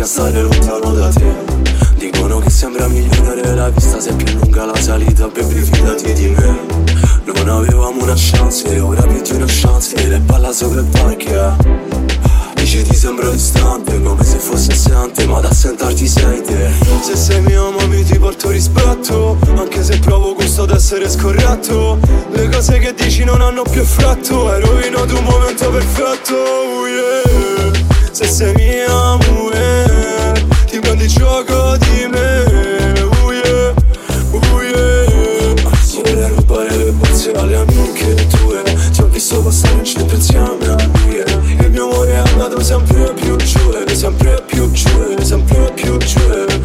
stare lontano da te. Dicono che sembra migliorare la vista, se è più lunga la salita, baby fidati di me. Non avevamo una chance e ora più di una chance, e le palla sopra il parquet. Dici ti sembro distante, come se fosse assente, ma da sentarti sei te. Se sei mia mami ti porto rispetto, anche se provo gusto d'essere scorretto. Le cose che dici non hanno più effetto, hai rovinato un momento perfetto, yeah. Se sei mia amore, ti prendi gioco di me, yeah, yeah. Vorrei rubare le borse alle amiche tue, ti ho visto passare in centro insieme a lui. Il mio amore è andato sempre più giù, sempre più giù, sempre più giù.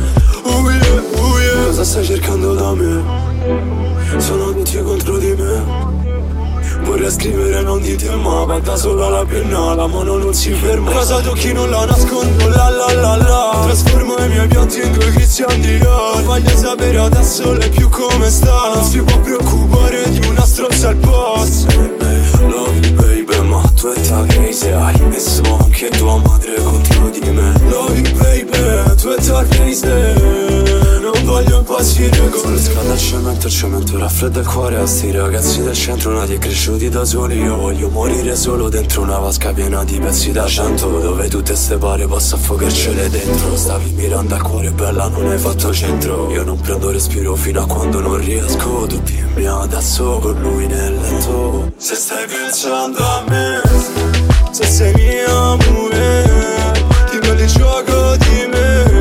Yeah. Cosa stai cercando da me? Sono tutti contro di me. Vorrei scrivere non di te ma vada solo alla penna, la mano non si ferma. Cosa tocchi non la nascondo, la la la la. Trasformo i miei pianti in due Christian Dior. Voglio sapere adesso lei più come sta. Non si può preoccupare di una stronza al post. Love you baby, ma tu e ta crazy, hai messo anche tua madre contro di me. Love you baby, tu e ta crazy. Non voglio impazzire con le scale al cemento, il cemento raffredda il cuore a sti ragazzi del centro nati e cresciuti da soli. Io voglio morire solo dentro una vasca piena di pezzi da 100, dove tutte ste pare posso affogarcele dentro. Stavi mirando al cuore bella, non hai fatto centro. Io non prendo respiro fino a quando non riesco. Tu dimmi adesso con lui nel letto, se stai pensando a me, se sei mia amore, ti prendi gioco di me.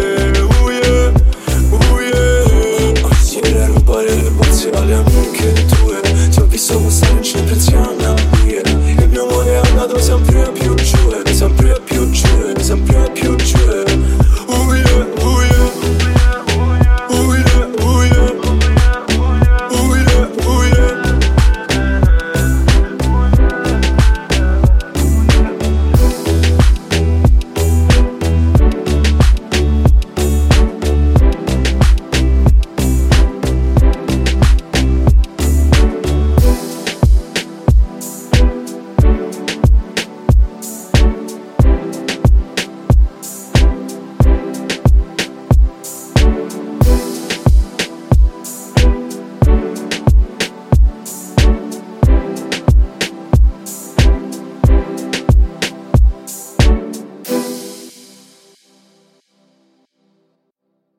Vorrei rubare le borse alle amiche tue, ti ho visto passare in centro insieme a lui. Il mio amore è andato sempre più giù, sempre più giù, sempre più giù.